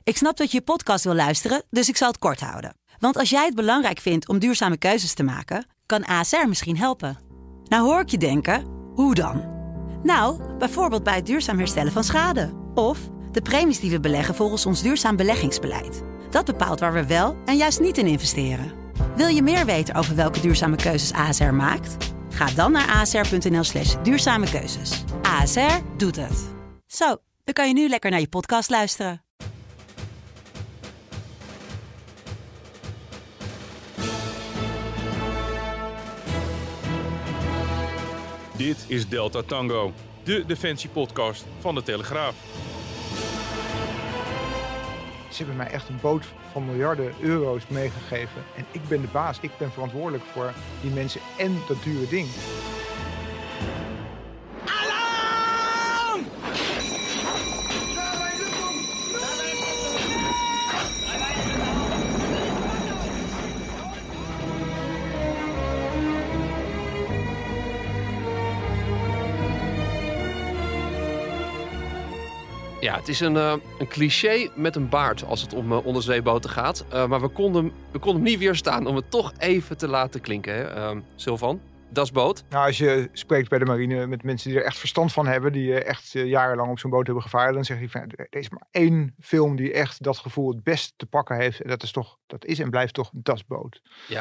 Ik snap dat je podcast wil luisteren, dus ik zal het kort houden. Want als jij het belangrijk vindt om duurzame keuzes te maken, kan ASR misschien helpen. Nou hoor ik je denken, hoe dan? Nou, bijvoorbeeld bij het duurzaam herstellen van schade. Of de premies die we beleggen volgens ons duurzaam beleggingsbeleid. Dat bepaalt waar we wel en juist niet in investeren. Wil je meer weten over welke duurzame keuzes ASR maakt? Ga dan naar asr.nl/duurzame keuzes. ASR doet het. Zo, dan kan je nu lekker naar je podcast luisteren. Dit is Delta Tango, de defensiepodcast van de Telegraaf. Ze hebben mij echt een boot van miljarden euro's meegegeven. En ik ben de baas. Ik ben verantwoordelijk voor die mensen en dat dure ding. Ja, het is een cliché met een baard als het om onderzeeboten gaat. Maar we konden hem niet weerstaan om het toch even te laten klinken, hè? Sylvan, dat is boot. Nou, als je spreekt bij de marine met mensen die er echt verstand van hebben, die echt jarenlang op zo'n boot hebben gevaren, dan zeg je van, er is maar één film die echt dat gevoel het best te pakken heeft. En dat is en blijft toch Das Boot. Ja,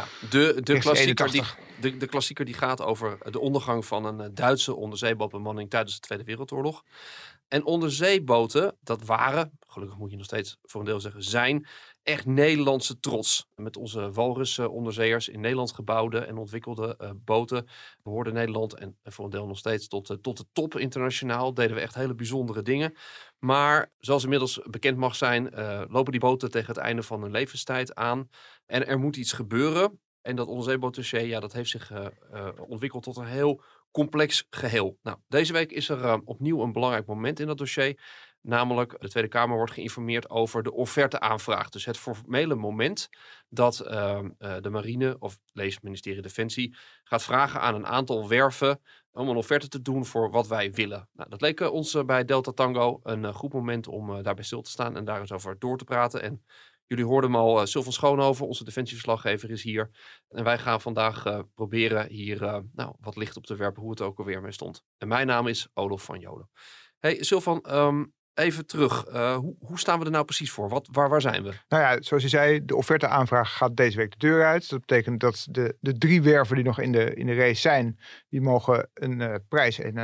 de klassieker die gaat over de ondergang van een Duitse onderzeebootbemanning tijdens de Tweede Wereldoorlog. En onderzeeboten, dat waren, gelukkig moet je nog steeds voor een deel zeggen, zijn echt Nederlandse trots. Met onze walrus-onderzeeërs in Nederland gebouwde en ontwikkelde boten behoorde Nederland en voor een deel nog steeds tot de top internationaal. Deden we echt hele bijzondere dingen. Maar zoals inmiddels bekend mag zijn, lopen die boten tegen het einde van hun levenstijd aan. En er moet iets gebeuren. En dat onderzeebootdossier, ja, dat heeft zich ontwikkeld tot een heel complex geheel. Nou, deze week is er opnieuw een belangrijk moment in dat dossier. Namelijk, de Tweede Kamer wordt geïnformeerd over de offerteaanvraag. Dus het formele moment dat de marine, of lees ministerie Defensie, gaat vragen aan een aantal werven om een offerte te doen voor wat wij willen. Nou, dat leek ons bij Delta Tango een goed moment om daarbij stil te staan en daar eens over door te praten. En jullie hoorden hem al, Sylvan Schoonhoven, onze defensieverslaggever, is hier. En wij gaan vandaag proberen hier wat licht op te werpen hoe het ook alweer mee stond. En mijn naam is Olof van Jolen. Hey Sylvan, even terug. Hoe staan we er nou precies voor? Waar zijn we? Nou ja, zoals je zei, de offerteaanvraag gaat deze week de deur uit. Dat betekent dat de 3 werven die nog in de race zijn, die mogen een prijs en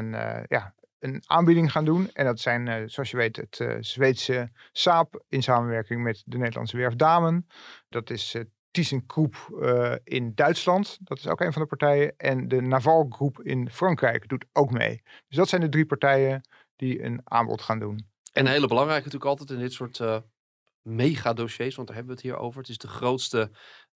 een aanbieding gaan doen. En dat zijn, zoals je weet, het Zweedse Saab in samenwerking met de Nederlandse werf Damen. Dat is ThyssenKrupp in Duitsland. Dat is ook een van de partijen. En de Naval Group in Frankrijk doet ook mee. Dus dat zijn de 3 partijen die een aanbod gaan doen. En een hele belangrijke natuurlijk altijd in dit soort megadossiers, want daar hebben we het hier over. Het is de grootste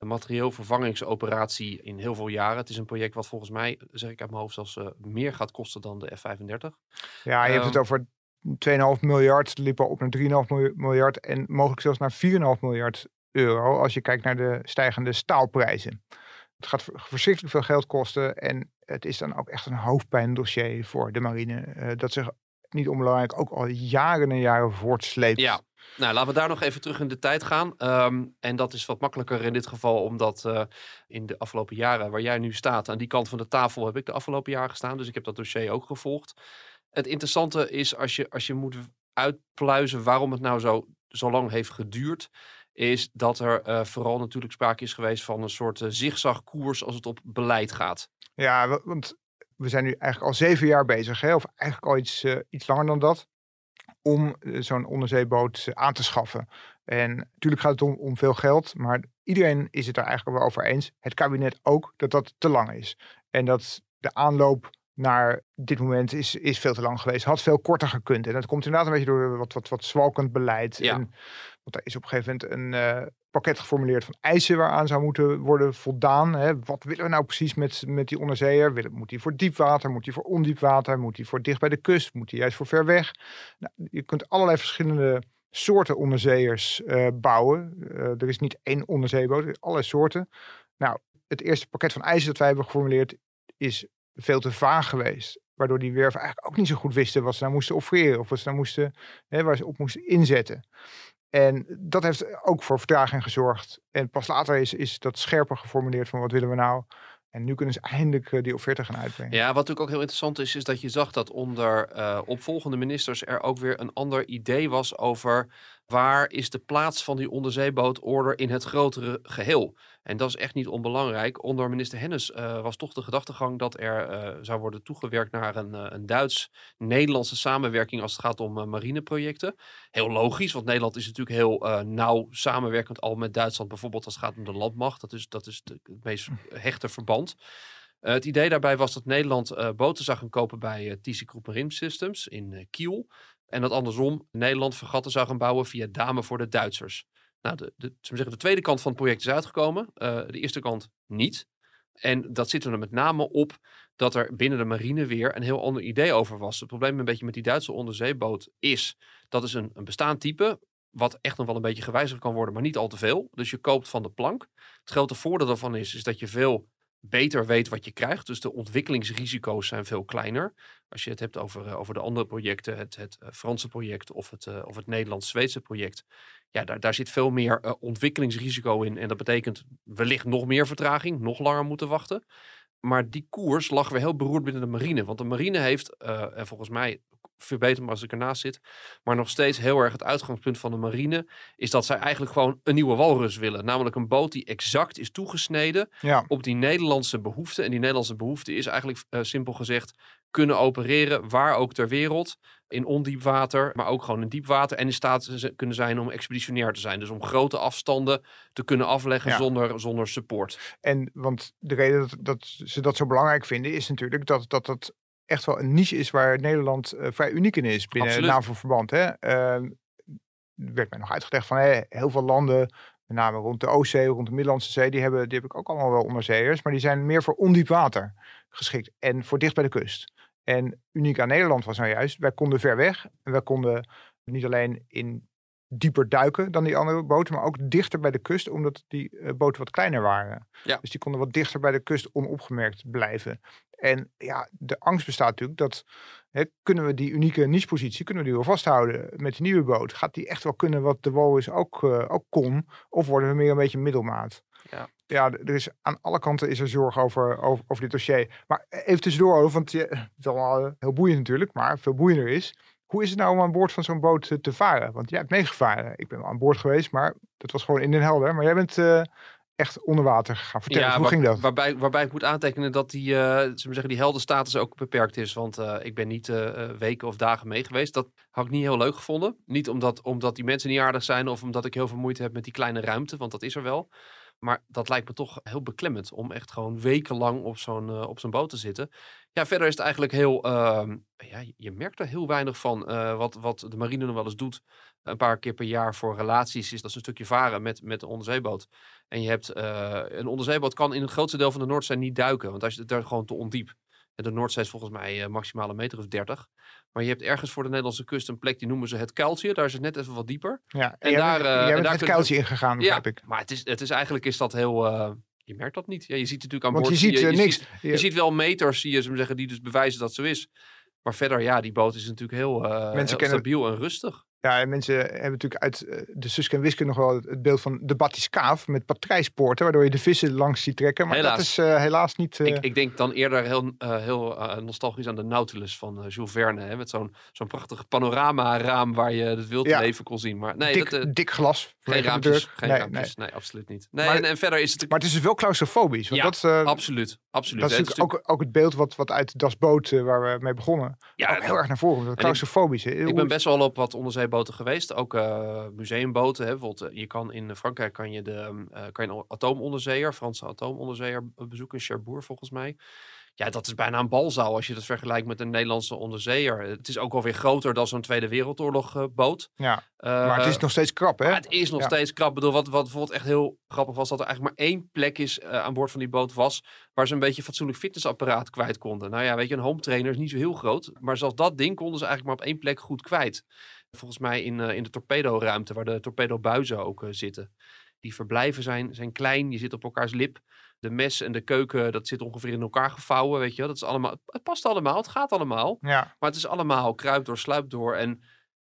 materieelvervangingsoperatie in heel veel jaren. Het is een project wat volgens mij, zeg ik uit mijn hoofd, zelfs meer gaat kosten dan de F-35. Ja, je hebt het over 2,5 miljard, liep al op naar 3,5 miljard en mogelijk zelfs naar 4,5 miljard euro als je kijkt naar de stijgende staalprijzen. Het gaat verschrikkelijk veel geld kosten en het is dan ook echt een hoofdpijndossier voor de marine. Dat zich niet onbelangrijk ook al jaren en jaren voortsleept. Ja, nou laten we daar nog even terug in de tijd gaan. En dat is wat makkelijker in dit geval, omdat in de afgelopen jaren waar jij nu staat, aan die kant van de tafel heb ik de afgelopen jaren gestaan. Dus ik heb dat dossier ook gevolgd. Het interessante is, als je moet uitpluizen waarom het nou zo lang heeft geduurd, is dat er vooral natuurlijk sprake is geweest van een soort zigzagkoers als het op beleid gaat. Ja, want we zijn nu eigenlijk al 7 jaar bezig, hè? Of eigenlijk al iets langer dan dat, om zo'n onderzeeboot aan te schaffen. En natuurlijk gaat het om veel geld, maar iedereen is het er eigenlijk wel over eens. Het kabinet ook, dat te lang is. En dat de aanloop naar dit moment is veel te lang geweest. Had veel korter gekund. En dat komt inderdaad een beetje door wat zwalkend beleid. Ja. Want er is op een gegeven moment een pakket geformuleerd van eisen waaraan zou moeten worden voldaan. Hè. Wat willen we nou precies met die onderzeeër? Moet die voor diep water? Moet die voor ondiep water? Moet die voor dicht bij de kust? Moet die juist voor ver weg? Nou, je kunt allerlei verschillende soorten onderzeeërs bouwen. Er is niet één onderzeeboot, er is allerlei soorten. Nou, het eerste pakket van eisen dat wij hebben geformuleerd is veel te vaag geweest. Waardoor die werven eigenlijk ook niet zo goed wisten wat ze nou moesten offreren. Of wat ze nou waar ze op moesten inzetten. En dat heeft ook voor vertraging gezorgd. En pas later is dat scherper geformuleerd van wat willen we nou. En nu kunnen ze eindelijk die offerte gaan uitbrengen. Ja, wat natuurlijk ook heel interessant is dat je zag dat onder opvolgende ministers er ook weer een ander idee was over waar is de plaats van die onderzeebootorder in het grotere geheel. En dat is echt niet onbelangrijk. Onder minister Hennis was toch de gedachtegang dat er zou worden toegewerkt naar een Duits-Nederlandse samenwerking als het gaat om marineprojecten. Heel logisch, want Nederland is natuurlijk heel nauw samenwerkend al met Duitsland, bijvoorbeeld als het gaat om de landmacht. Dat is het meest hechte verband. Het idee daarbij was dat Nederland boten zou gaan kopen bij ThyssenKrupp Marine Systems in Kiel. En dat andersom Nederland fregatten zou gaan bouwen via Damen voor de Duitsers. Nou, de tweede kant van het project is uitgekomen. De eerste kant niet. En dat zitten we er met name op dat er binnen de marine weer een heel ander idee over was. Het probleem een beetje met die Duitse onderzeeboot is, dat is een bestaand type, wat echt nog wel een beetje gewijzigd kan worden, maar niet al te veel. Dus je koopt van de plank. Het grote voordeel daarvan is dat je veel beter weet wat je krijgt. Dus de ontwikkelingsrisico's zijn veel kleiner. Als je het hebt over de andere projecten, het Franse project of het Nederlands-Zweedse project. Ja, daar zit veel meer ontwikkelingsrisico in. En dat betekent wellicht nog meer vertraging, nog langer moeten wachten. Maar die koers lag weer heel beroerd binnen de marine. Want de marine heeft, en volgens mij verbeter me als ik ernaast zit, maar nog steeds heel erg het uitgangspunt van de marine is dat zij eigenlijk gewoon een nieuwe walrus willen. Namelijk een boot die exact is toegesneden op die Nederlandse behoefte. En die Nederlandse behoefte is eigenlijk simpel gezegd kunnen opereren waar ook ter wereld. In ondiep water, maar ook gewoon in diep water. En in staat kunnen zijn om expeditionair te zijn. Dus om grote afstanden te kunnen afleggen zonder support. En want de reden dat ze dat zo belangrijk vinden is natuurlijk dat echt wel een niche is waar Nederland vrij uniek in is binnen het NAVO-verband. Werd mij nog uitgelegd van heel veel landen, met name rond de Oostzee, rond de Middellandse Zee, die heb ik ook allemaal wel onderzeeërs, maar die zijn meer voor ondiep water geschikt en voor dicht bij de kust. En uniek aan Nederland was nou juist, wij konden ver weg en wij konden niet alleen in dieper duiken dan die andere boten, maar ook dichter bij de kust, omdat die boten wat kleiner waren. Ja. Dus die konden wat dichter bij de kust onopgemerkt blijven. En ja, de angst bestaat natuurlijk dat, kunnen we die unieke niche-positie, kunnen we die wel vasthouden met die nieuwe boot? Gaat die echt wel kunnen wat de Walrus ook kon? Of worden we meer een beetje middelmaat? Ja, er is aan alle kanten is er zorg over dit dossier. Maar even tussendoor, want het is allemaal heel boeiend natuurlijk, maar veel boeiender is, hoe is het nou om aan boord van zo'n boot te varen? Want jij hebt meegevaren. Ik ben wel aan boord geweest, maar dat was gewoon in Den Helder. Maar jij bent echt onder water gaan vertellen. Hoe ging dat? Waarbij ik moet aantekenen dat die heldenstatus ook beperkt is. Want ik ben niet weken of dagen mee geweest. Dat had ik niet heel leuk gevonden. Niet omdat die mensen niet aardig zijn of omdat ik heel veel moeite heb met die kleine ruimte. Want dat is er wel. Maar dat lijkt me toch heel beklemmend om echt gewoon wekenlang op zo'n boot te zitten. Ja, verder is het eigenlijk heel, je merkt er heel weinig van. Wat de marine nog wel eens doet, een paar keer per jaar voor relaties, is dat ze een stukje varen met een onderzeeboot. En je hebt, een onderzeeboot kan in het grootste deel van de Noordzee niet duiken, want daar is gewoon te ondiep. En de Noordzee is volgens mij maximaal 1,30 meter. Maar je hebt ergens voor de Nederlandse kust een plek, die noemen ze het kuiltje. Daar is het net even wat dieper. Ja, en jij bent het kuiltje ingegaan, begrijp ik. Maar het is eigenlijk is dat heel... je merkt dat niet. Ja, je ziet natuurlijk aan boord... Want je ziet niks. Je ziet wel meters, die dus bewijzen dat het zo is. Maar verder, die boot is natuurlijk heel stabiel en rustig. Ja, en mensen hebben natuurlijk uit de Suske en Wiske nog wel het beeld van de Batiscaaf met patrijspoorten, waardoor je de vissen langs ziet trekken. Maar helaas. Dat is helaas niet... Ik denk dan eerder heel nostalgisch aan de Nautilus van Jules Verne. Hè, met zo'n prachtig panorama-raam waar je het wildleven kon zien. Maar nee, dik glas. Geen raampjes. Nee, absoluut niet. Nee, maar, en verder is het... Maar het is dus wel claustrofobisch. Want absoluut. Dat is natuurlijk ook het beeld wat uit Das Boot, waar we mee begonnen, ook heel erg naar voren. Dat claustrofobisch. Ik ben best wel op wat onderzeeboten geweest. Ook museumboten. Hè. Bijvoorbeeld, je kan in Frankrijk kan je een atoomonderzeeër, Franse atoomonderzeeër bezoeken. Cherbourg volgens mij. Ja, dat is bijna een balzaal als je dat vergelijkt met een Nederlandse onderzeeër. Het is ook alweer groter dan zo'n Tweede Wereldoorlog boot. Ja, maar het is nog steeds krap, hè? Maar het is nog steeds krap. Ik bedoel, wat bijvoorbeeld echt heel grappig was, dat er eigenlijk maar één plek is aan boord van die boot was, waar ze een beetje een fatsoenlijk fitnessapparaat kwijt konden. Nou ja, weet je, een home trainer is niet zo heel groot. Maar zelfs dat ding konden ze eigenlijk maar op één plek goed kwijt. Volgens mij in de torpedoruimte, waar de torpedobuizen ook zitten. Die verblijven zijn klein, je zit op elkaars lip. De mes en de keuken, dat zit ongeveer in elkaar gevouwen, weet je wel. Dat is allemaal, het past allemaal, het gaat allemaal. Ja. Maar het is allemaal kruip door, sluip door. En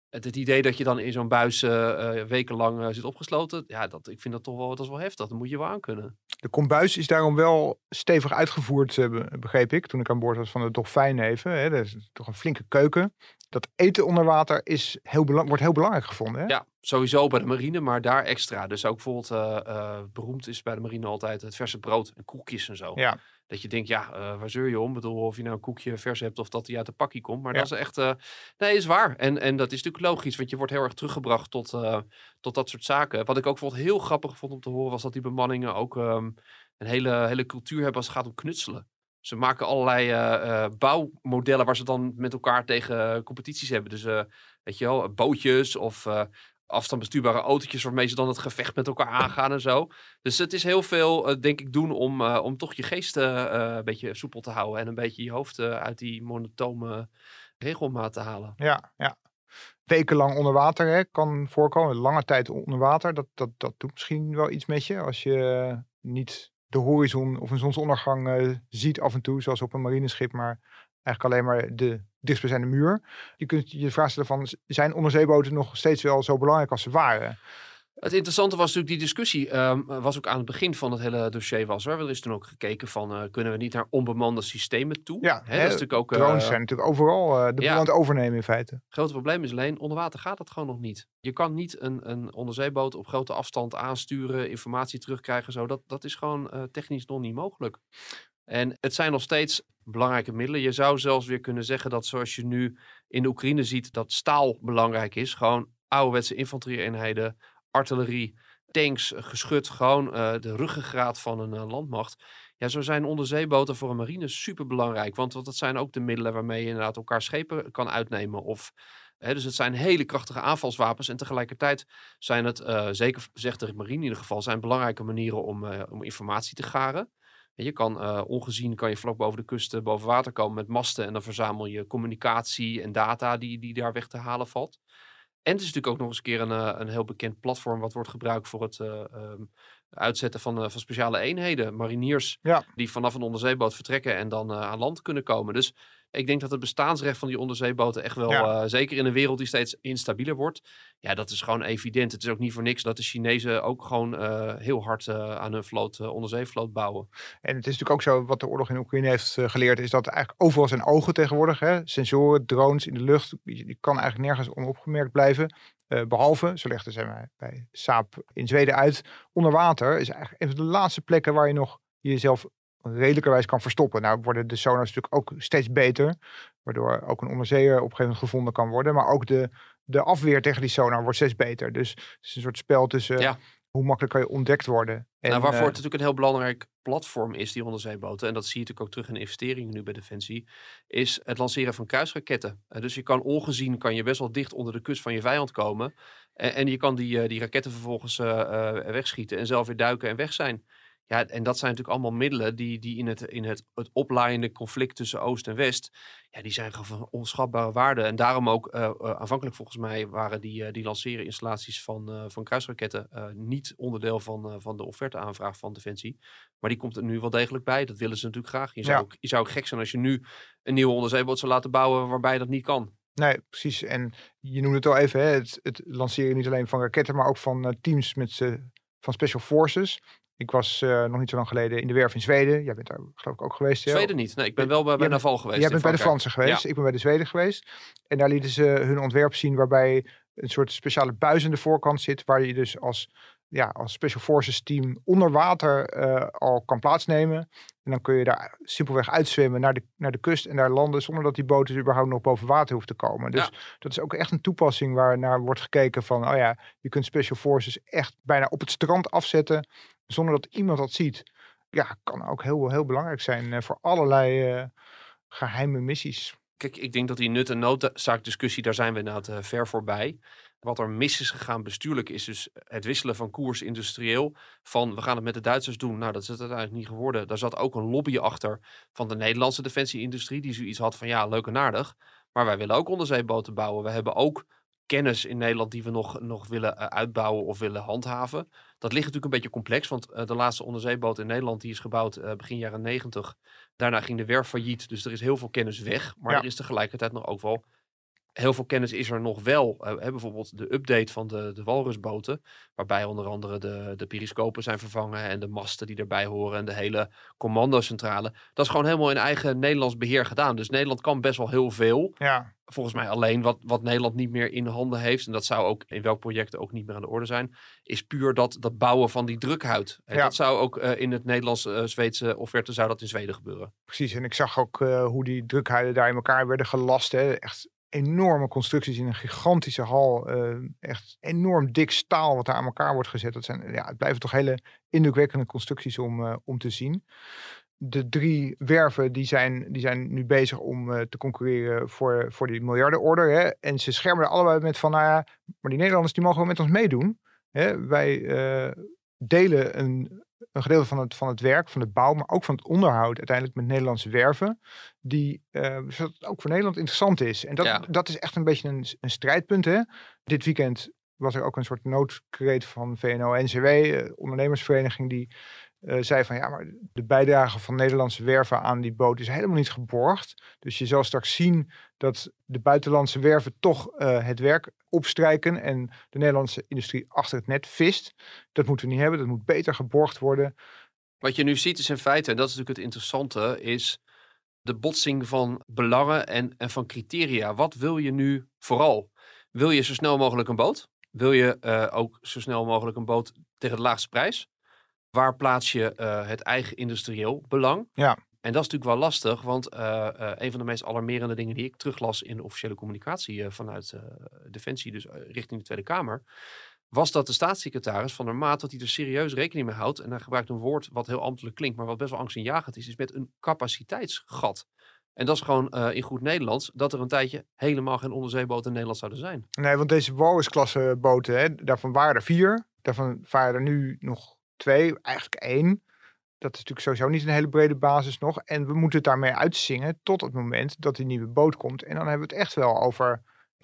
Het idee dat je dan in zo'n buis wekenlang zit opgesloten. Ja, ik vind dat is wel heftig. Dat moet je wel aankunnen. De kombuis is daarom wel stevig uitgevoerd, begreep ik, toen ik aan boord was van de Dolfijn even. Hè. Dat is toch een flinke keuken. Dat eten onder water wordt heel belangrijk gevonden. Hè? Ja, sowieso bij de marine, maar daar extra. Dus ook bijvoorbeeld beroemd is bij de marine altijd het verse brood en koekjes en zo. Ja. Dat je denkt, waar zeur je om? Ik bedoel, of je nou een koekje vers hebt of dat die uit de pakkie komt. Maar dat is echt, nee, is waar. En dat is natuurlijk logisch, want je wordt heel erg teruggebracht tot dat soort zaken. Wat ik ook bijvoorbeeld heel grappig vond om te horen, was dat die bemanningen ook een hele cultuur hebben als het gaat om knutselen. Ze maken allerlei bouwmodellen waar ze dan met elkaar tegen competities hebben. Dus weet je wel, bootjes of afstandsbestuurbare autootjes waarmee ze dan het gevecht met elkaar aangaan en zo. Dus het is heel veel, denk ik, doen om toch je geest een beetje soepel te houden. En een beetje je hoofd uit die monotone regelmaat te halen. Ja. Wekenlang onder water kan voorkomen. Lange tijd onder water. Dat doet misschien wel iets met je. Als je niet de horizon of een zonsondergang ziet af en toe. Zoals op een marineschip. Maar eigenlijk alleen maar de dichtstbijzijnde muur. Je kunt je de vraag stellen van, zijn onderzeeboten nog steeds wel zo belangrijk als ze waren? Het interessante was natuurlijk die discussie, was ook aan het begin van het hele dossier Er is toen ook gekeken van, kunnen we niet naar onbemande systemen toe? Ja, dat is natuurlijk ook, drones zijn natuurlijk overal de boel aan het overnemen in feite. Het grote probleem is alleen, onder water gaat dat gewoon nog niet. Je kan niet een onderzeeboot op grote afstand aansturen, informatie terugkrijgen. Zo. Dat is gewoon technisch nog niet mogelijk. En het zijn nog steeds belangrijke middelen. Je zou zelfs weer kunnen zeggen dat zoals je nu in de Oekraïne ziet, dat staal belangrijk is. Gewoon ouderwetse infanterieeenheden, artillerie, tanks, geschut, gewoon de ruggengraat van een landmacht. Ja, zo zijn onderzeeboten voor een marine super belangrijk. Want dat zijn ook de middelen waarmee je inderdaad elkaar schepen kan uitnemen. Dus het zijn hele krachtige aanvalswapens. En tegelijkertijd zijn het, zeker zegt de marine in ieder geval, zijn belangrijke manieren om informatie te garen. En je kan ongezien vlak boven de kust boven water komen met masten. En dan verzamel je communicatie en data die daar weg te halen valt. En het is natuurlijk ook nog eens een keer een heel bekend platform wat wordt gebruikt voor het uitzetten van speciale eenheden. Mariniers die vanaf een onderzeeboot vertrekken en dan aan land kunnen komen. Dus ik denk dat het bestaansrecht van die onderzeeboten echt wel, zeker in een wereld die steeds instabieler wordt. Ja, dat is gewoon evident. Het is ook niet voor niks dat de Chinezen ook gewoon heel hard aan hun onderzeevloot bouwen. En het is natuurlijk ook zo, wat de oorlog in Oekraïne heeft geleerd, is dat eigenlijk overal zijn ogen tegenwoordig. Sensoren, drones in de lucht. Je kan eigenlijk nergens onopgemerkt blijven. Behalve, zo legden ze bij Saab in Zweden uit, onder water is eigenlijk een van de laatste plekken waar je nog jezelf redelijkerwijs kan verstoppen. Nou worden de sonars natuurlijk ook steeds beter, waardoor ook een onderzeeër op een gegeven moment gevonden kan worden. Maar ook de afweer tegen die sonar wordt steeds beter. Dus het is een soort spel tussen hoe makkelijk kan je ontdekt worden. En, waarvoor het natuurlijk een heel belangrijk platform is, die onderzeeboten, en dat zie je natuurlijk ook terug in de investeringen nu bij Defensie, is het lanceren van kruisraketten. Dus je kan ongezien best wel dicht onder de kust van je vijand komen. En je kan die raketten vervolgens wegschieten en zelf weer duiken en weg zijn. Ja, en dat zijn natuurlijk allemaal middelen die in het oplaaiende conflict tussen Oost en West, ja, die zijn van onschatbare waarde. En daarom ook aanvankelijk volgens mij waren die lanceren installaties van kruisraketten niet onderdeel van de offerteaanvraag van Defensie. Maar die komt er nu wel degelijk bij. Dat willen ze natuurlijk graag. Je zou ook gek zijn als je nu een nieuwe onderzeeboot zou laten bouwen waarbij dat niet kan. Nee, precies. En je noemde het al even, het lanceren niet alleen van raketten, maar ook van teams van Special Forces. Ik was nog niet zo lang geleden in de werf in Zweden. Jij bent daar geloof ik ook geweest. Zweden niet. Nee, ik ben wel bij Naval geweest. Jij bent bij de Fransen geweest. Ja. Ik ben bij de Zweden geweest. En daar lieten ze hun ontwerp zien waarbij een soort speciale buis aan de voorkant zit. Waar je dus als Special Forces team onder water al kan plaatsnemen. En dan kun je daar simpelweg uitzwemmen naar de kust en daar landen zonder dat die boten überhaupt nog boven water hoeft te komen. Dus dat is ook echt een toepassing waar naar wordt gekeken van, je kunt Special Forces echt bijna op het strand afzetten zonder dat iemand dat ziet. Ja, kan ook heel, heel belangrijk zijn voor allerlei geheime missies. Kijk, ik denk dat die nut- en noodzaakdiscussie, daar zijn we inderdaad ver voorbij. Wat er mis is gegaan bestuurlijk is dus het wisselen van koers industrieel. Van we gaan het met de Duitsers doen. Nou, dat is het uiteindelijk niet geworden. Daar zat ook een lobby achter van de Nederlandse defensieindustrie. Die zoiets had van leuk en aardig. Maar wij willen ook onderzeeboten bouwen. We hebben ook kennis in Nederland die we nog willen uitbouwen of willen handhaven. Dat ligt natuurlijk een beetje complex. Want de laatste onderzeeboot in Nederland die is gebouwd begin jaren 90. Daarna ging de werf failliet. Dus er is heel veel kennis weg. Maar er is tegelijkertijd nog ook wel Heel veel kennis is er nog wel. Bijvoorbeeld de update van de walrusboten. Waarbij onder andere de periscopen zijn vervangen. En de masten die erbij horen. En de hele commandocentrale. Dat is gewoon helemaal in eigen Nederlands beheer gedaan. Dus Nederland kan best wel heel veel. Ja. Volgens mij alleen wat Nederland niet meer in handen heeft. En dat zou ook in welk project ook niet meer aan de orde zijn. Is puur dat bouwen van die drukhuid. En dat zou ook in het Nederlands-Zweedse offerte zou dat in Zweden gebeuren. Precies. En ik zag ook hoe die drukhuiden daar in elkaar werden gelast. Hè. Echt enorme constructies in een gigantische hal. Echt enorm dik staal wat daar aan elkaar wordt gezet. Het blijven toch hele indrukwekkende constructies om te zien. De 3 werven die zijn nu bezig om te concurreren voor die miljardenorder. Hè? En ze schermen er allebei met van, maar die Nederlanders die mogen wel met ons meedoen. Hè? Wij delen een gedeelte van het werk, van de bouw, maar ook van het onderhoud uiteindelijk met Nederlandse werven. Zodat het ook voor Nederland interessant is. En dat is echt een beetje een strijdpunt. Hè? Dit weekend was er ook een soort noodkreet van VNO-NCW, ondernemersvereniging, die zei van maar de bijdrage van Nederlandse werven aan die boot is helemaal niet geborgd. Dus je zal straks zien dat de buitenlandse werven toch het werk opstrijken en de Nederlandse industrie achter het net vist. Dat moeten we niet hebben, dat moet beter geborgd worden. Wat je nu ziet is in feite, en dat is natuurlijk het interessante, is de botsing van belangen en van criteria. Wat wil je nu vooral? Wil je zo snel mogelijk een boot? Wil je ook zo snel mogelijk een boot tegen de laagste prijs? Waar plaats je het eigen industrieel belang? Ja. En dat is natuurlijk wel lastig, want een van de meest alarmerende dingen die ik teruglas in de officiële communicatie vanuit Defensie, dus richting de Tweede Kamer, was dat de staatssecretaris Van der Maat, dat hij er serieus rekening mee houdt, en hij gebruikt een woord wat heel ambtelijk klinkt, maar wat best wel angstaanjagend is met een capaciteitsgat. En dat is gewoon in goed Nederlands, dat er een tijdje helemaal geen onderzeeboten in Nederland zouden zijn. Nee, want deze Walrus-klasse boten, daarvan waren er 4. Daarvan varen er nu nog 2, eigenlijk 1. Dat is natuurlijk sowieso niet een hele brede basis nog. En we moeten het daarmee uitzingen tot het moment dat die nieuwe boot komt. En dan hebben we het echt wel over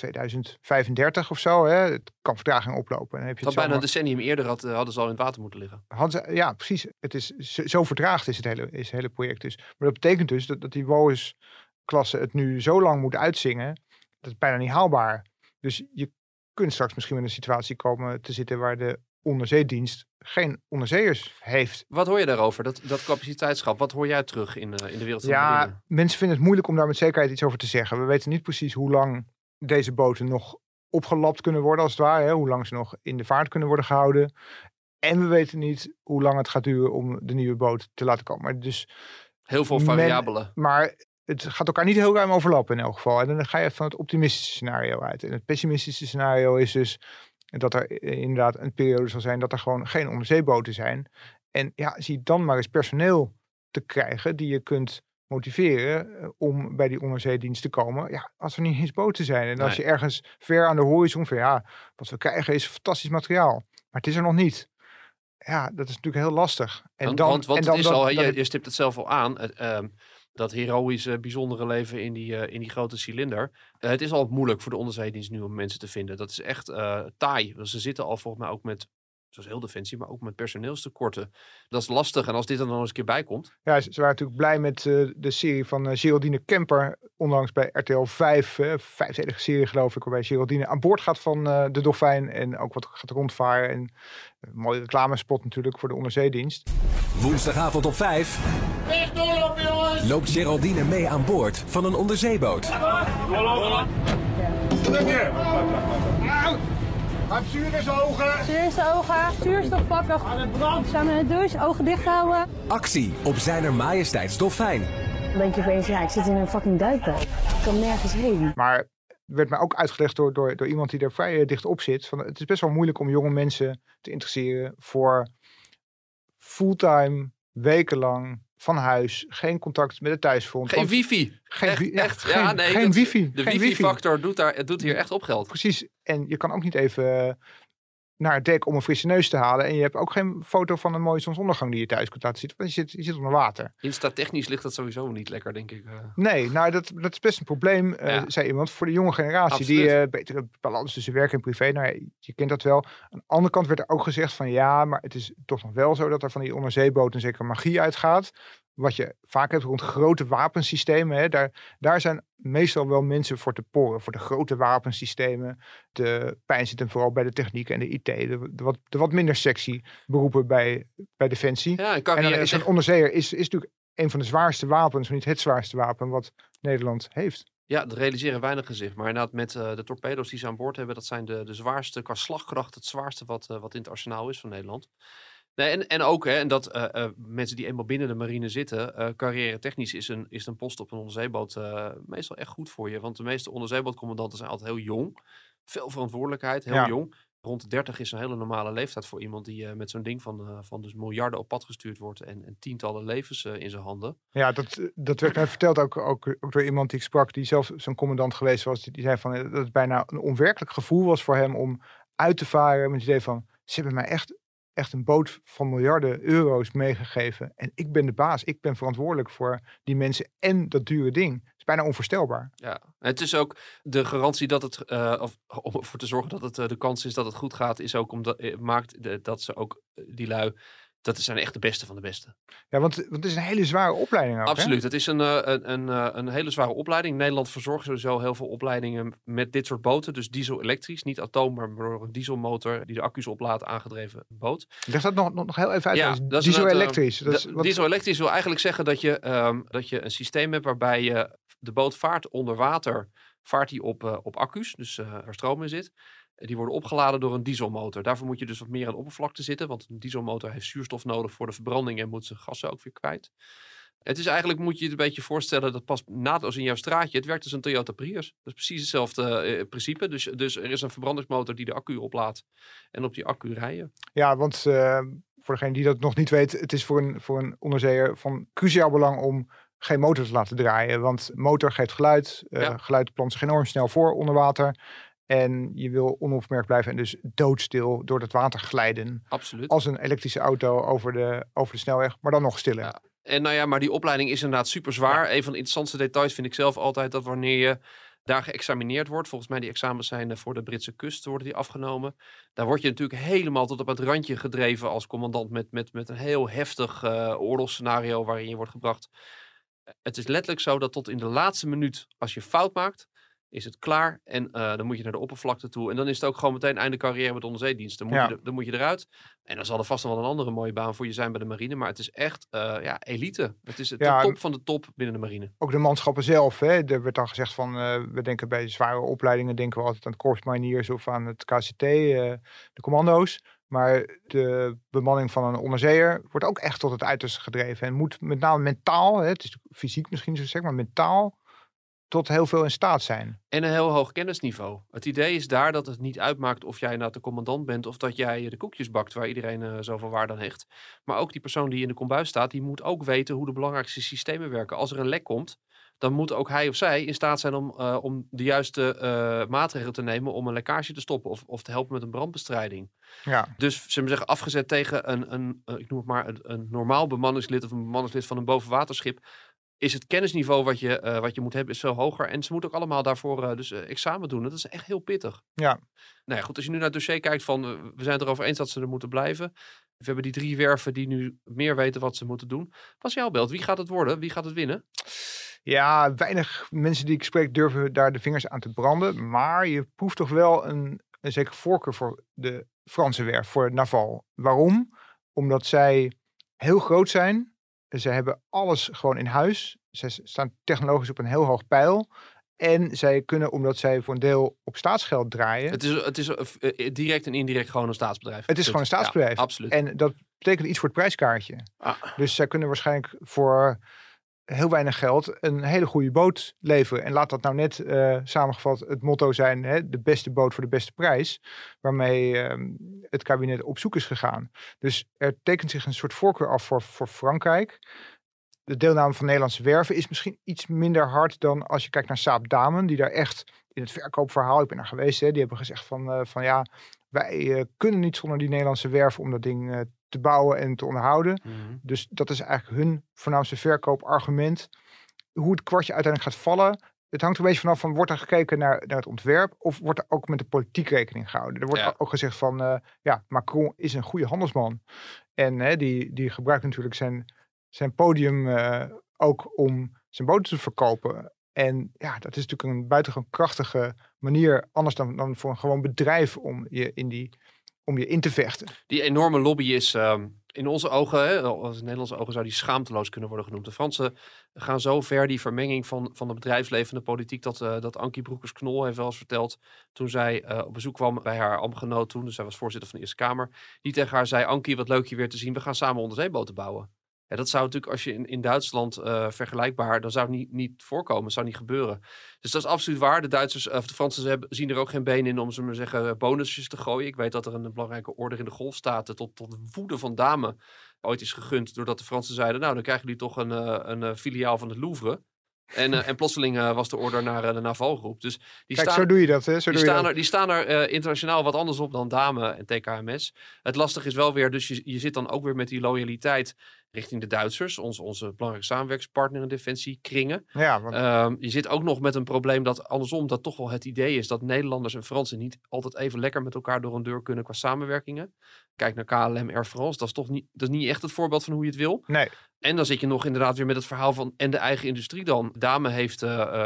2035 of zo. Hè. Het kan vertraging oplopen. Dan heb je dat bijna een decennium eerder hadden ze al in het water moeten liggen. Ja, precies. Het is zo vertraagd is het hele project dus. Maar dat betekent dus dat die Walrus-klasse het nu zo lang moet uitzingen. Dat is bijna niet haalbaar. Dus je kunt straks misschien in een situatie komen te zitten waar de onderzeedienst geen onderzeeërs heeft. Wat hoor je daarover, dat capaciteitschap? Wat hoor jij terug in de wereld van de marine? Mensen vinden het moeilijk om daar met zekerheid iets over te zeggen. We weten niet precies hoe lang deze boten nog opgelapt kunnen worden, als het ware. Hè? Hoe lang ze nog in de vaart kunnen worden gehouden. En we weten niet hoe lang het gaat duren om de nieuwe boot te laten komen. Dus heel veel variabelen. Maar het gaat elkaar niet heel ruim overlappen in elk geval. En dan ga je van het optimistische scenario uit. En het pessimistische scenario is dus dat er inderdaad een periode zal zijn dat er gewoon geen onderzeeboten zijn. En zie dan maar eens personeel te krijgen die je kunt motiveren om bij die onderzeedienst te komen. Ja, als er niet eens boten zijn. En als je ergens ver aan de horizon van wat we krijgen is fantastisch materiaal. Maar het is er nog niet. Ja, dat is natuurlijk heel lastig. En want het is al, je stipt het zelf al aan, dat heroïsche, bijzondere leven in die grote cilinder. Het is al moeilijk voor de onderzeedienst nu om mensen te vinden. Dat is echt taai. Ze zitten al volgens mij ook met, zoals heel Defensie, maar ook met personeelstekorten. Dat is lastig. En als dit er dan eens een keer bij komt. Ja, ze waren natuurlijk blij met de serie van Geraldine Kemper. Onlangs bij RTL 5, 5-delige serie geloof ik, waarbij Geraldine aan boord gaat van de Dolfijn. En ook wat gaat rondvaren. En een mooie reclamespot natuurlijk voor de onderzeedienst. Woensdagavond op 5. Echt doorlopen, jongens! Loopt Geraldine mee aan boord van een onderzeeboot. Doorlopen! Gaat zuur in zijn ogen! Zuur in zijn ogen, zuurstof pakken. Aan het brand! Samen in de douche, ogen dicht houden. Actie op Zijner Majesteits Dolfijn. Dan denk je opeens, ik zit in een fucking duikboot. Ik kan nergens heen. Maar werd mij ook uitgelegd door iemand die er vrij dicht op zit. Van, het is best wel moeilijk om jonge mensen te interesseren voor fulltime, wekenlang, van huis, geen contact met het thuisfront. Geen wifi. Geen wifi. De wifi-factor doet hier echt op geld. Precies. En je kan ook niet even naar het dek om een frisse neus te halen. En je hebt ook geen foto van een mooie zonsondergang die je thuis kunt laten zien. Want je zit onder water. Insta-technisch ligt dat sowieso niet lekker, denk ik. Nee, nou dat is best een probleem, zei iemand, voor de jonge generatie. Absoluut. Die betere balans tussen werk en privé. Nou, je kent dat wel. Aan de andere kant werd er ook gezegd van maar het is toch nog wel zo dat er van die onderzeeboten een zekere magie uitgaat. wat je vaak hebt rond grote wapensystemen. Hè, daar zijn meestal wel mensen voor te poren. Voor de grote wapensystemen. De pijn zit hem vooral bij de techniek en de IT. De wat minder sexy beroepen bij Defensie. Ja, En dan is een onderzeeër is natuurlijk een van de zwaarste wapens, niet het zwaarste wapen wat Nederland heeft. Ja, dat realiseren weinigen zich. Maar inderdaad, met de torpedo's die ze aan boord hebben, dat zijn de zwaarste, qua slagkracht, het zwaarste wat in het arsenaal is van Nederland. Nee, en ook, en dat mensen die eenmaal binnen de marine zitten, carrière technisch is een post op een onderzeeboot meestal echt goed voor je. Want de meeste onderzeebootcommandanten zijn altijd heel jong. Veel verantwoordelijkheid, heel jong. Rond de 30 is een hele normale leeftijd voor iemand die met zo'n ding van dus miljarden op pad gestuurd wordt en tientallen levens in zijn handen. Ja, dat werd mij verteld ook door iemand die ik sprak, die zelf zo'n commandant geweest was. Die zei van dat het bijna een onwerkelijk gevoel was voor hem om uit te varen met het idee van, ze hebben mij echt een boot van miljarden euro's meegegeven. En ik ben de baas. Ik ben verantwoordelijk voor die mensen en dat dure ding. Het is bijna onvoorstelbaar. Ja, en het is ook de garantie dat het, om ervoor te zorgen dat het de kans is dat het goed gaat, is ook omdat maakt dat ze ook die lui, dat zijn echt de beste van de beste. Ja, want het is een hele zware opleiding ook, absoluut, hè? het is een hele zware opleiding. Nederland verzorgt sowieso heel veel opleidingen met dit soort boten. Dus diesel-elektrisch, niet atoom, maar door een dieselmotor die de accu's oplaadt, aangedreven boot. Leg dat nog heel even uit. Ja, diesel-elektrisch. Diesel-elektrisch wil eigenlijk zeggen dat je een systeem hebt waarbij je de boot vaart onder water, vaart die op accu's, dus waar stroom in zit. Die worden opgeladen door een dieselmotor. Daarvoor moet je dus wat meer aan de oppervlakte zitten. Want een dieselmotor heeft zuurstof nodig voor de verbranding en moet zijn gassen ook weer kwijt. Het is eigenlijk, moet je het een beetje voorstellen, dat past naadloos in jouw straatje. Het werkt als een Toyota Prius. Dat is precies hetzelfde principe. Dus er is een verbrandingsmotor die de accu oplaadt en op die accu rijden. Ja, want voor degene die dat nog niet weet, het is voor een onderzeeër van cruciaal belang om geen motor te laten draaien. Want motor geeft geluid. Geluid plant zich enorm snel voor onder water. En je wil onopgemerkt blijven en dus doodstil door het water glijden. Absoluut. Als een elektrische auto over de snelweg, maar dan nog stiller. Ja. En maar die opleiding is inderdaad super zwaar. Een van de interessantste details vind ik zelf altijd dat wanneer je daar geëxamineerd wordt, volgens mij die examens zijn voor de Britse kust, worden die afgenomen. Daar word je natuurlijk helemaal tot op het randje gedreven als commandant met een heel heftig oorlogsscenario waarin je wordt gebracht. Het is letterlijk zo dat tot in de laatste minuut, als je fout maakt, is het klaar en dan moet je naar de oppervlakte toe. En dan is het ook gewoon meteen einde carrière met onderzeedienst. Dan moet je eruit. En dan zal er vast nog wel een andere mooie baan voor je zijn bij de marine. Maar het is echt elite. Het is de top van de top binnen de marine. Ook de manschappen zelf. Hè? Er werd dan gezegd van, we denken bij zware opleidingen, denken we altijd aan het Corps Mariniers of aan het KCT, de commando's. Maar de bemanning van een onderzeeër wordt ook echt tot het uiterste gedreven. En moet met name mentaal, het is fysiek misschien zo zeg, maar mentaal tot heel veel in staat zijn. En een heel hoog kennisniveau. Het idee is daar dat het niet uitmaakt of jij nou de commandant bent of dat jij de koekjes bakt waar iedereen zoveel waarde aan hecht. Maar ook die persoon die in de kombuis staat, die moet ook weten hoe de belangrijkste systemen werken. Als er een lek komt, dan moet ook hij of zij in staat zijn om de juiste maatregelen te nemen om een lekkage te stoppen of te helpen met een brandbestrijding. Ja. Dus zullen we zeggen, afgezet tegen ik noem het maar een normaal bemanningslid of een bemanningslid van een bovenwaterschip, is het kennisniveau wat je moet hebben is veel hoger. En ze moeten ook allemaal daarvoor examen doen. Dat is echt heel pittig. Ja. Nou ja, goed, als je nu naar het dossier kijkt van, we zijn het erover eens dat ze er moeten blijven. We hebben die 3 werven die nu meer weten wat ze moeten doen. Wat is jouw beeld? Wie gaat het worden? Wie gaat het winnen? Ja, weinig mensen die ik spreek durven daar de vingers aan te branden. Maar je proeft toch wel een zekere voorkeur voor de Franse werf, voor Naval. Waarom? Omdat zij heel groot zijn. Ze hebben alles gewoon in huis. Ze staan technologisch op een heel hoog peil. En zij kunnen, omdat zij voor een deel op staatsgeld draaien. Het is direct en indirect gewoon een staatsbedrijf. Het is gewoon een staatsbedrijf. Ja, absoluut. En dat betekent iets voor het prijskaartje. Dus zij kunnen waarschijnlijk voor heel weinig geld een hele goede boot leveren. En laat dat nou net samengevat het motto zijn, hè, de beste boot voor de beste prijs, waarmee het kabinet op zoek is gegaan. Dus er tekent zich een soort voorkeur af voor Frankrijk. De deelname van Nederlandse werven is misschien iets minder hard dan als je kijkt naar Saab Damen, die daar echt in het verkoopverhaal, ik ben daar geweest, hè, die hebben gezegd van ja, wij kunnen niet zonder die Nederlandse werven om dat ding te bouwen en te onderhouden. Mm-hmm. Dus dat is eigenlijk hun voornaamste verkoopargument. Hoe het kwartje uiteindelijk gaat vallen, het hangt er een beetje vanaf van, wordt er gekeken naar het ontwerp of wordt er ook met de politiek rekening gehouden? Er wordt ook gezegd van, Macron is een goede handelsman. En die gebruikt natuurlijk zijn podium ook om zijn boten te verkopen. En ja, dat is natuurlijk een buitengewoon krachtige manier, anders dan voor een gewoon bedrijf om je in te vechten. Die enorme lobby is in onze ogen, als in Nederlandse ogen, zou die schaamteloos kunnen worden genoemd. De Fransen gaan zo ver, die vermenging van het bedrijfsleven en de politiek, dat Ankie Broekers-Knol heeft wel eens verteld, toen zij op bezoek kwam bij haar ambtgenoot toen, dus zij was voorzitter van de Eerste Kamer, die tegen haar zei: Ankie, wat leuk je weer te zien, we gaan samen onderzeeboten bouwen. Ja, dat zou natuurlijk, als je in Duitsland vergelijkbaar, dan zou het niet voorkomen, zou niet gebeuren. Dus dat is absoluut waar. De Duitsers of de Fransen zien er ook geen been in om, ze maar zeggen, bonusjes te gooien. Ik weet dat er een belangrijke order in de Golfstaten tot woede van Damen ooit is gegund, doordat de Fransen zeiden, nou, dan krijgen jullie toch een filiaal van het Louvre. En plotseling was de order naar de Navalgroep. Dus zo doe je dat, hè? Die staan er internationaal wat anders op dan Damen en TKMS. Het lastige is wel weer, dus je zit dan ook weer met die loyaliteit richting de Duitsers, onze belangrijke samenwerkingspartner in defensiekringen. Ja, je zit ook nog met een probleem dat andersom, dat toch wel het idee is dat Nederlanders en Fransen niet altijd even lekker met elkaar door een deur kunnen qua samenwerkingen. Kijk naar KLM, Air France, dat is niet echt het voorbeeld van hoe je het wil. Nee. En dan zit je nog inderdaad weer met het verhaal van en de eigen industrie dan. Damen heeft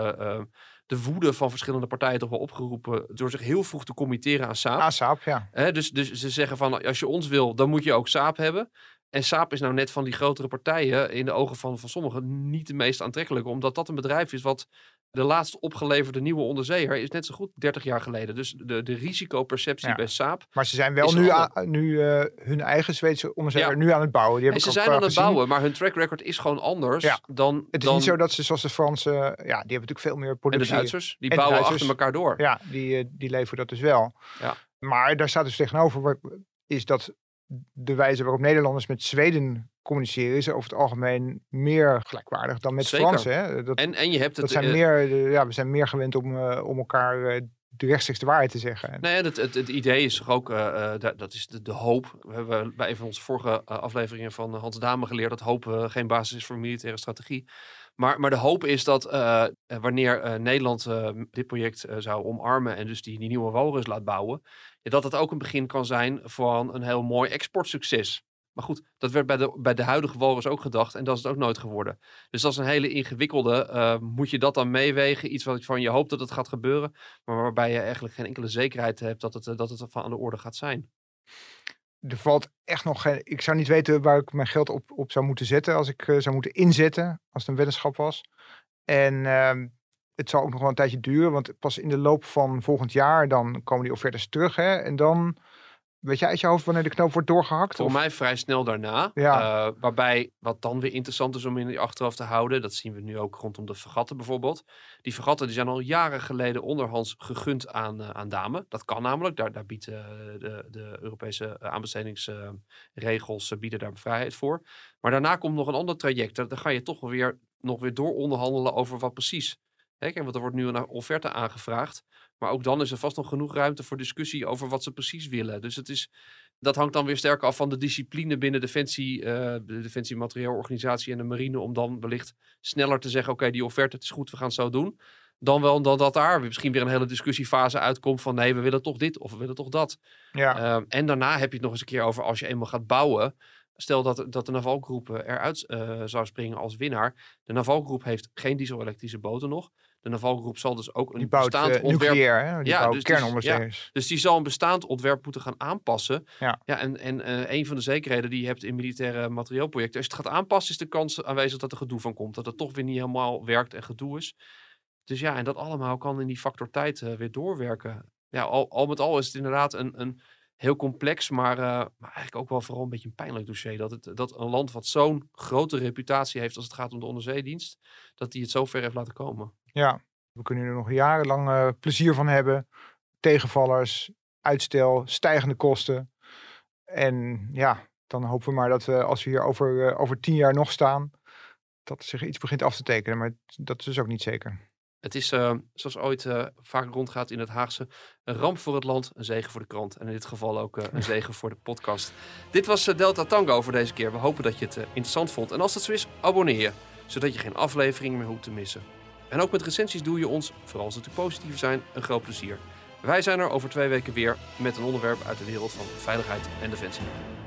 de woede van verschillende partijen toch wel opgeroepen door zich heel vroeg te committeren aan Saab. Aan Saab, ja. Dus ze zeggen van, als je ons wil, dan moet je ook Saab hebben. En Saab is nou net van die grotere partijen in de ogen van sommigen niet de meest aantrekkelijke. Omdat dat een bedrijf is wat de laatst opgeleverde nieuwe onderzeeër is net zo goed 30 jaar geleden. Dus de risicoperceptie bij Saab. Maar ze zijn wel nu hun eigen Zweedse onderzeeër nu aan het bouwen. Die ze zijn aan het bouwen, maar hun track record is gewoon anders dan... Het is niet zo dat ze zoals de Fransen, die hebben natuurlijk veel meer productie. En de Duitsers, die bouwen achter elkaar door. Ja, die leveren dat dus wel. Ja. Maar daar staat dus tegenover, is dat de wijze waarop Nederlanders met Zweden communiceren is over het algemeen meer gelijkwaardig dan met Fransen. Hè? En je hebt het... we zijn meer gewend om elkaar rechtstreeks de waarheid te zeggen. Nee, het idee is toch ook, dat is de hoop. We hebben bij een van onze vorige afleveringen van Hans Damen geleerd dat hoop geen basis is voor militaire strategie. Maar de hoop is dat wanneer Nederland dit project zou omarmen en dus die nieuwe walrus laat bouwen, dat het ook een begin kan zijn van een heel mooi exportsucces. Maar goed, dat werd bij de huidige walrus ook gedacht en dat is het ook nooit geworden. Dus dat is een hele ingewikkelde. Moet je dat dan meewegen? Iets wat van je hoopt dat het gaat gebeuren, maar waarbij je eigenlijk geen enkele zekerheid hebt dat het van aan de orde gaat zijn. Er valt echt nog geen... Ik zou niet weten waar ik mijn geld op zou moeten zetten als ik zou moeten inzetten, als het een weddenschap was. En het zal ook nog wel een tijdje duren, want pas in de loop van volgend jaar dan komen die offertes terug. Hè? En dan, weet je uit je hoofd wanneer de knoop wordt doorgehakt? Voor mij vrij snel daarna. Ja. Waarbij, wat dan weer interessant is om in je achterhoofd te houden, dat zien we nu ook rondom de fregatten bijvoorbeeld. Die fregatten die zijn al jaren geleden onderhands gegund aan Damen. Dat kan namelijk, daar biedt de Europese aanbestedingsregels bieden daar vrijheid voor. Maar daarna komt nog een ander traject. Dan ga je toch nog weer door onderhandelen over wat precies. Kijk, want er wordt nu een offerte aangevraagd. Maar ook dan is er vast nog genoeg ruimte voor discussie over wat ze precies willen. Dus dat hangt dan weer sterk af van de discipline binnen Defensie, de Defensie Materieelorganisatie en de Marine. Om dan wellicht sneller te zeggen, oké, die offerte, het is goed, we gaan het zo doen. Dan wel dat daar misschien weer een hele discussiefase uitkomt van nee, we willen toch dit of we willen toch dat. Ja. En daarna heb je het nog eens een keer over als je eenmaal gaat bouwen. Stel dat de Navalgroep eruit zou springen als winnaar. De Navalgroep heeft geen diesel-elektrische boten nog. De Navalgroep zal dus ook een bestaand ontwerp... nucleair, hè? Die bouwt kernondersteuners. Dus die zal een bestaand ontwerp moeten gaan aanpassen. Ja. En een van de zekerheden die je hebt in militaire materieelprojecten, als je het gaat aanpassen, is de kans aanwezig dat er gedoe van komt. Dat het toch weer niet helemaal werkt en gedoe is. Dus ja, en dat allemaal kan in die factor tijd weer doorwerken. Ja, al met al is het inderdaad een heel complex, maar eigenlijk ook wel vooral een beetje een pijnlijk dossier. Dat een land wat zo'n grote reputatie heeft als het gaat om de onderzeedienst, dat die het zo ver heeft laten komen. Ja, we kunnen er nog jarenlang plezier van hebben. Tegenvallers, uitstel, stijgende kosten. En ja, dan hopen we maar dat we, als we hier over 10 jaar nog staan, dat zich iets begint af te tekenen. Maar dat is dus ook niet zeker. Het is, zoals ooit vaak rondgaat in het Haagse, een ramp voor het land, een zegen voor de krant. En in dit geval ook een zegen voor de podcast. Dit was Delta Tango voor deze keer. We hopen dat je het interessant vond. En als dat zo is, abonneer je, zodat je geen aflevering meer hoeft te missen. En ook met recensies doe je ons, vooral als het natuurlijk positief zijn, een groot plezier. Wij zijn er over 2 weken weer met een onderwerp uit de wereld van veiligheid en defensie.